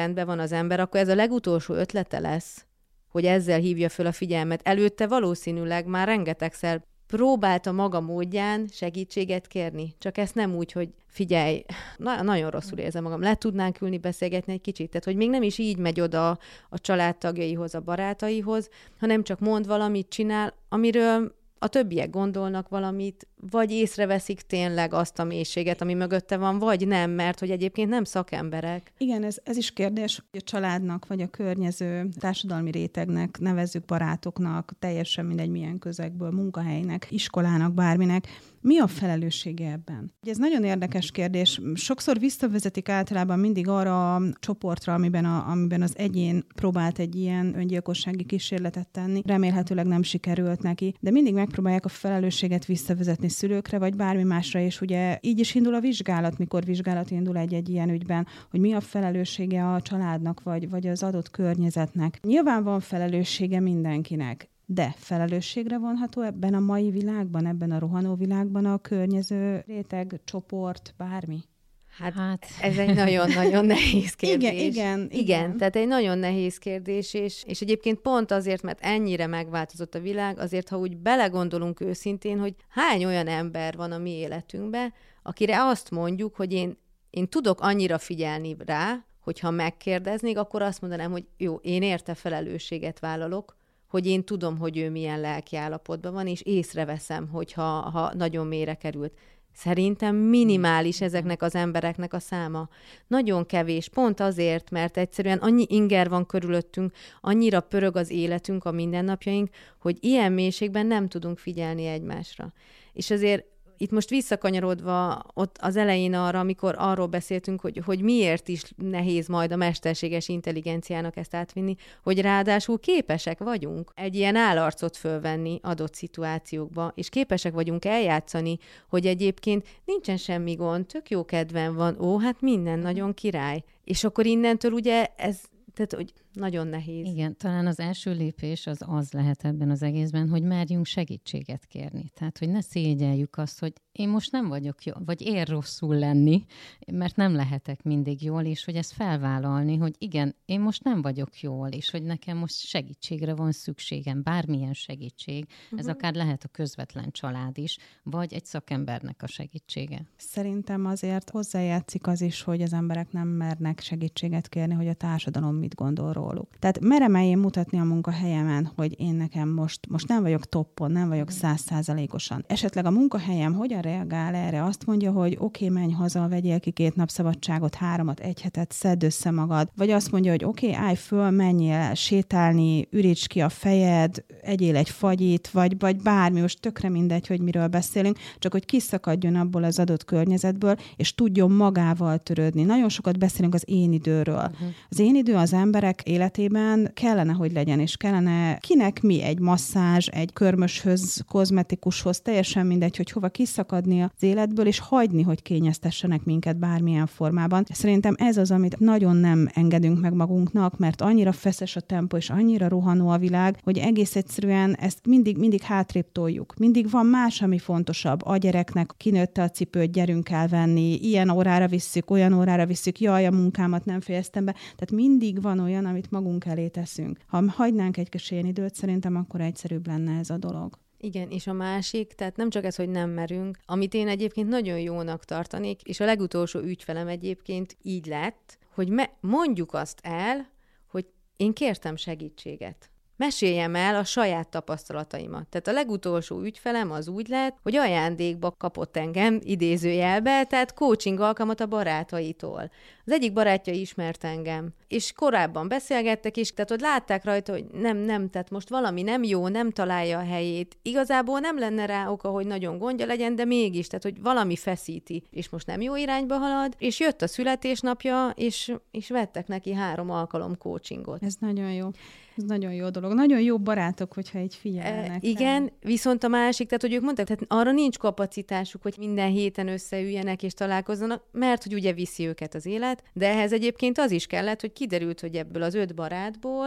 rendben van az ember, akkor ez a legutolsó ötlete lesz, hogy ezzel hívja föl a figyelmet. Előtte valószínűleg már rengetegszer próbálta maga módján segítséget kérni. Csak ezt nem úgy, hogy figyelj, na- nagyon rosszul érzem magam, le tudnánk ülni, beszélgetni egy kicsit. Tehát, hogy még nem is így megy oda a családtagjaihoz, a barátaihoz, hanem csak mond valamit, csinál, amiről a többiek gondolnak valamit, vagy észreveszik tényleg azt a mélységet, ami mögötte van, vagy nem, mert hogy egyébként nem szakemberek. Igen, ez, ez is kérdés, hogy a családnak, vagy a környező társadalmi rétegnek, nevezzük barátoknak, teljesen mindegy milyen közegből, munkahelynek, iskolának, bárminek, mi a felelőssége ebben? Ez nagyon érdekes kérdés. Sokszor visszavezetik általában mindig arra a csoportra, amiben, a, amiben az egyén próbált egy ilyen öngyilkossági kísérletet tenni. Remélhetőleg nem sikerült neki, de mindig megpróbálják a felelősséget visszavezetni szülőkre, vagy bármi másra, és ugye így is indul a vizsgálat, mikor vizsgálat indul egy-egy ilyen ügyben, hogy mi a felelőssége a családnak, vagy, vagy az adott környezetnek. Nyilván van felelőssége mindenkinek, de felelősségre vonható ebben a mai világban, ebben a rohanó világban a környező réteg, csoport, bármi? Hát, hát. Ez egy nagyon-nagyon nehéz kérdés. Igen, igen, igen. Igen, tehát egy nagyon nehéz kérdés, és, és egyébként pont azért, mert ennyire megváltozott a világ, azért, ha úgy belegondolunk őszintén, hogy hány olyan ember van a mi életünkben, akire azt mondjuk, hogy én, én tudok annyira figyelni rá, hogyha megkérdeznék, akkor azt mondanám, hogy jó, én érte felelősséget vállalok, hogy én tudom, hogy ő milyen lelki állapotban van, és észreveszem, hogyha ha nagyon mélyre került. Szerintem minimális ezeknek az embereknek a száma. Nagyon kevés, pont azért, mert egyszerűen annyi inger van körülöttünk, annyira pörög az életünk, a mindennapjaink, hogy ilyen mélységben nem tudunk figyelni egymásra. És azért itt most visszakanyarodva ott az elején arra, amikor arról beszéltünk, hogy, hogy miért is nehéz majd a mesterséges intelligenciának ezt átvinni, hogy ráadásul képesek vagyunk egy ilyen állarcot fölvenni adott szituációkba, és képesek vagyunk eljátszani, hogy egyébként nincsen semmi gond, tök jó kedven van, ó, hát minden nagyon király. És akkor innentől ugye ez, tehát, hogy nagyon nehéz. Igen, talán az első lépés az az lehet ebben az egészben, hogy merjünk segítséget kérni. Tehát, hogy ne szégyeljük azt, hogy én most nem vagyok jó, vagy ér rosszul lenni, mert nem lehetek mindig jól, és hogy ezt felvállalni, hogy igen, én most nem vagyok jól, és hogy nekem most segítségre van szükségem, bármilyen segítség. Uh-huh. Ez akár lehet a közvetlen család is, vagy egy szakembernek a segítsége. Szerintem azért hozzájátszik az is, hogy az emberek nem mernek segítséget kérni, hogy a társadalom mit gondol róluk. Tehát merem én mutatni a munkahelyemen, hogy én nekem most, most nem vagyok toppon, nem vagyok százszázalékosan. Esetleg a munkahelyem hogyan reagál erre? Azt mondja, hogy oké, okay, menj haza, vegyél ki két nap szabadságot, háromat, egy hetet, szedd össze magad. Vagy azt mondja, hogy oké, okay, állj föl, menjél sétálni, üríts ki a fejed, egyél egy fagyit, vagy, vagy bármi, most tökre mindegy, hogy miről beszélünk, csak hogy kiszakadjon abból az adott környezetből, és tudjon magával törődni. Nagyon sokat beszélünk az én időről. Uh-huh. Az én idő az emberek életében kellene, hogy legyen, és kellene kinek mi, egy masszázs, egy körmöshöz, kozmetikushoz, teljesen mindegy, hogy hova kiszakadni az életből, és hagyni, hogy kényeztessenek minket bármilyen formában. Szerintem ez az, amit nagyon nem engedünk meg magunknak, mert annyira feszes a tempó, és annyira rohanó a világ, hogy egész egyszerűen ezt mindig, mindig hátrébb toljuk. Mindig van más, ami fontosabb. A gyereknek kinőtte a cipőt, gyerünk elvenni, ilyen órára visszük, olyan órára visszük, jaj, a munkámat nem fejeztem be. Tehát mindig van olyan, amit magunk elé teszünk. Ha hagynánk egy kis ilyen időt, szerintem akkor egyszerűbb lenne ez a dolog. Igen, és a másik, tehát nem csak ez, hogy nem merünk, amit én egyébként nagyon jónak tartanék, és a legutolsó ügyfelem egyébként így lett, hogy me- mondjuk azt el, hogy én kértem segítséget. Meséljem el a saját tapasztalataimat. Tehát a legutolsó ügyfelem az úgy lett, hogy ajándékba kapott engem, idézőjelbe, tehát coaching alkalmat a barátaitól. Az egyik barátja ismert engem, és korábban beszélgettek is, tehát hogy látták rajta, hogy nem, nem, tehát most valami nem jó, nem találja a helyét. Igazából nem lenne rá oka, hogy nagyon gondja legyen, de mégis, tehát hogy valami feszíti, és most nem jó irányba halad, és jött a születésnapja, és, és vettek neki három alkalom coachingot. Ez nagyon jó. Ez nagyon jó dolog. Nagyon jó barátok, hogyha így figyelnek. E, igen, rá. Viszont a másik, tehát hogy ők mondták, tehát arra nincs kapacitásuk, hogy minden héten összeüljenek és találkozzanak, mert hogy ugye viszi őket az élet, de ehhez egyébként az is kellett, hogy kiderült, hogy ebből az öt barátból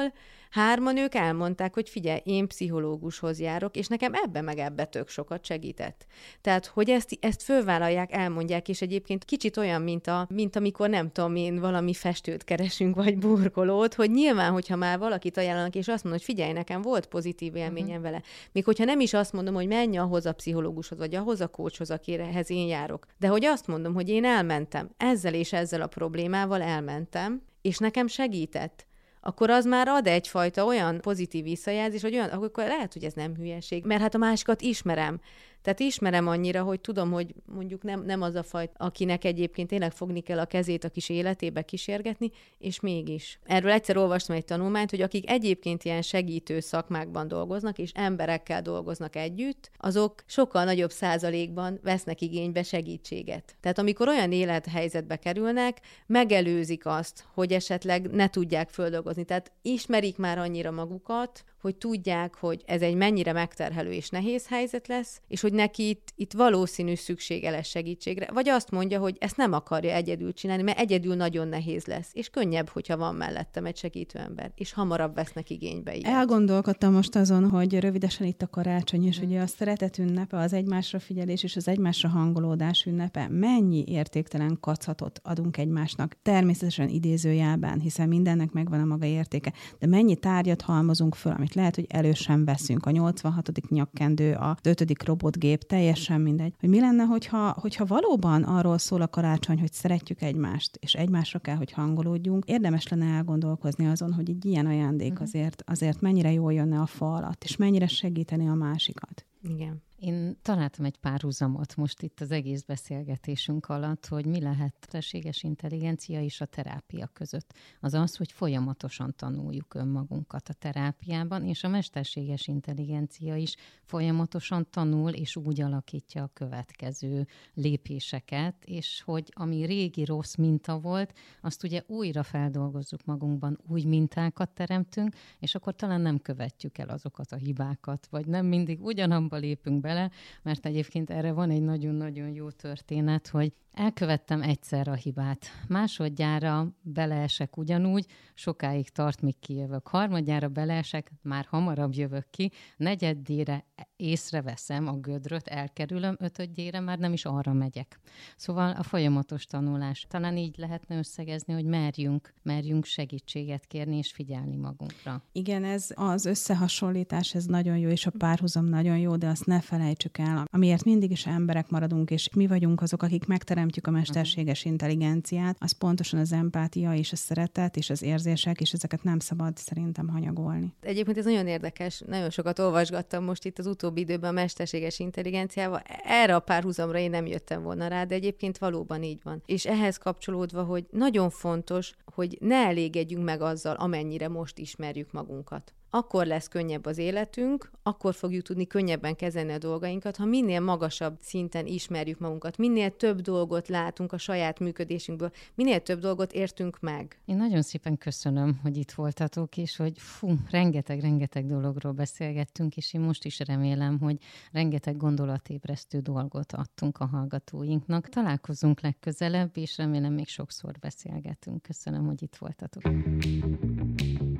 Hárman ők elmondták, hogy figyelj, én pszichológushoz járok, és nekem ebbe meg ebbe tök sokat segített. Tehát, hogy ezt, ezt fölvállalják, elmondják, és egyébként kicsit olyan, mint, a, mint amikor nem tudom én, valami festőt keresünk, vagy burkolót, hogy nyilván, hogyha már valakit ajánlanak, és azt mondod, hogy figyelj, nekem volt pozitív élményem uh-huh. vele. Még hogyha nem is azt mondom, hogy menj ahhoz a pszichológushoz, vagy ahhoz a coachhoz, akihez én járok. De hogy azt mondom, hogy én elmentem, ezzel és ezzel a problémával elmentem, és nekem segített, akkor az már ad egyfajta olyan pozitív visszajelzés, hogy olyan, akkor lehet, hogy ez nem hülyeség, mert hát a másikat ismerem. Tehát ismerem annyira, hogy tudom, hogy mondjuk nem, nem az a fajta, akinek egyébként tényleg fogni kell a kezét a kis életébe kísérgetni, és mégis. Erről egyszer olvastam egy tanulmányt, hogy akik egyébként ilyen segítő szakmákban dolgoznak, és emberekkel dolgoznak együtt, azok sokkal nagyobb százalékban vesznek igénybe segítséget. Tehát amikor olyan élethelyzetbe kerülnek, megelőzik azt, hogy esetleg ne tudják földolgozni. Tehát ismerik már annyira magukat, hogy tudják, hogy ez egy mennyire megterhelő és nehéz helyzet lesz, és hogy neki itt, itt valószínű szüksége lesz segítségre. Vagy azt mondja, hogy ezt nem akarja egyedül csinálni, mert egyedül nagyon nehéz lesz, és könnyebb, hogyha van mellettem egy segítő ember, és hamarabb vesznek igénybe ilyet. Elgondolkodtam most azon, hogy rövidesen itt a karácsony, és ugye a szeretet ünnepe, az egymásra figyelés és az egymásra hangolódás ünnepe. Mennyi értéktelen kacatot adunk egymásnak, természetesen idézőjelben, hiszen mindennek megvan a maga értéke, de mennyi tárgyat halmozunk föl, amit lehet, hogy elő sem veszünk. A nyolcvanhatodik nyakkendő, a ötödik robotgép, teljesen mindegy. Hogy mi lenne, hogyha, hogyha valóban arról szól a karácsony, hogy szeretjük egymást, és egymásra kell, hogy hangolódjunk, érdemes lenne elgondolkozni azon, hogy egy ilyen ajándék azért, azért mennyire jól jönne a fa alatt, és mennyire segíteni a másikat. Igen. Én találtam egy párhuzamot most itt az egész beszélgetésünk alatt, hogy mi lehet a mesterséges intelligencia és a terápia között. Az az, hogy folyamatosan tanuljuk önmagunkat a terápiában, és a mesterséges intelligencia is folyamatosan tanul, és úgy alakítja a következő lépéseket, és hogy ami régi rossz minta volt, azt ugye újra feldolgozzuk magunkban, új mintákat teremtünk, és akkor talán nem követjük el azokat a hibákat, vagy nem mindig ugyanabba lépünk bele, mert egyébként erre van egy nagyon-nagyon jó történet, hogy elkövettem egyszer a hibát. Másodjára beleesek ugyanúgy, sokáig tart, míg kijövök. Harmadjára beleesek, már hamarabb jövök ki. Negyedére észreveszem a gödröt, elkerülöm, ötödjére már nem is arra megyek. Szóval a folyamatos tanulás. Talán így lehetne összegezni, hogy merjünk, merjünk segítséget kérni és figyelni magunkra. Igen, ez az összehasonlítás, ez nagyon jó, és a párhuzam nagyon jó, de azt ne felejtsük el, amiért mindig is emberek maradunk, és mi vagyunk azok, akik megteremtjük a mesterséges intelligenciát, az pontosan az empátia és a szeretet és az érzések, és ezeket nem szabad szerintem hanyagolni. Egyébként ez nagyon érdekes, nagyon sokat olvasgattam most itt az utóbbi időben a mesterséges intelligenciával. Erre a párhuzamra én nem jöttem volna rá, de egyébként valóban így van. És ehhez kapcsolódva, hogy nagyon fontos, hogy ne elégedjünk meg azzal, amennyire most ismerjük magunkat. Akkor lesz könnyebb az életünk, akkor fogjuk tudni könnyebben kezelni a dolgainkat, ha minél magasabb szinten ismerjük magunkat, minél több dolgot látunk a saját működésünkből, minél több dolgot értünk meg. Én nagyon szépen köszönöm, hogy itt voltatok, és hogy fú, rengeteg-rengeteg dologról beszélgettünk, és én most is remélem, hogy rengeteg gondolatébresztő dolgot adtunk a hallgatóinknak. Találkozunk legközelebb, és remélem még sokszor beszélgetünk. Köszönöm, hogy itt voltatok.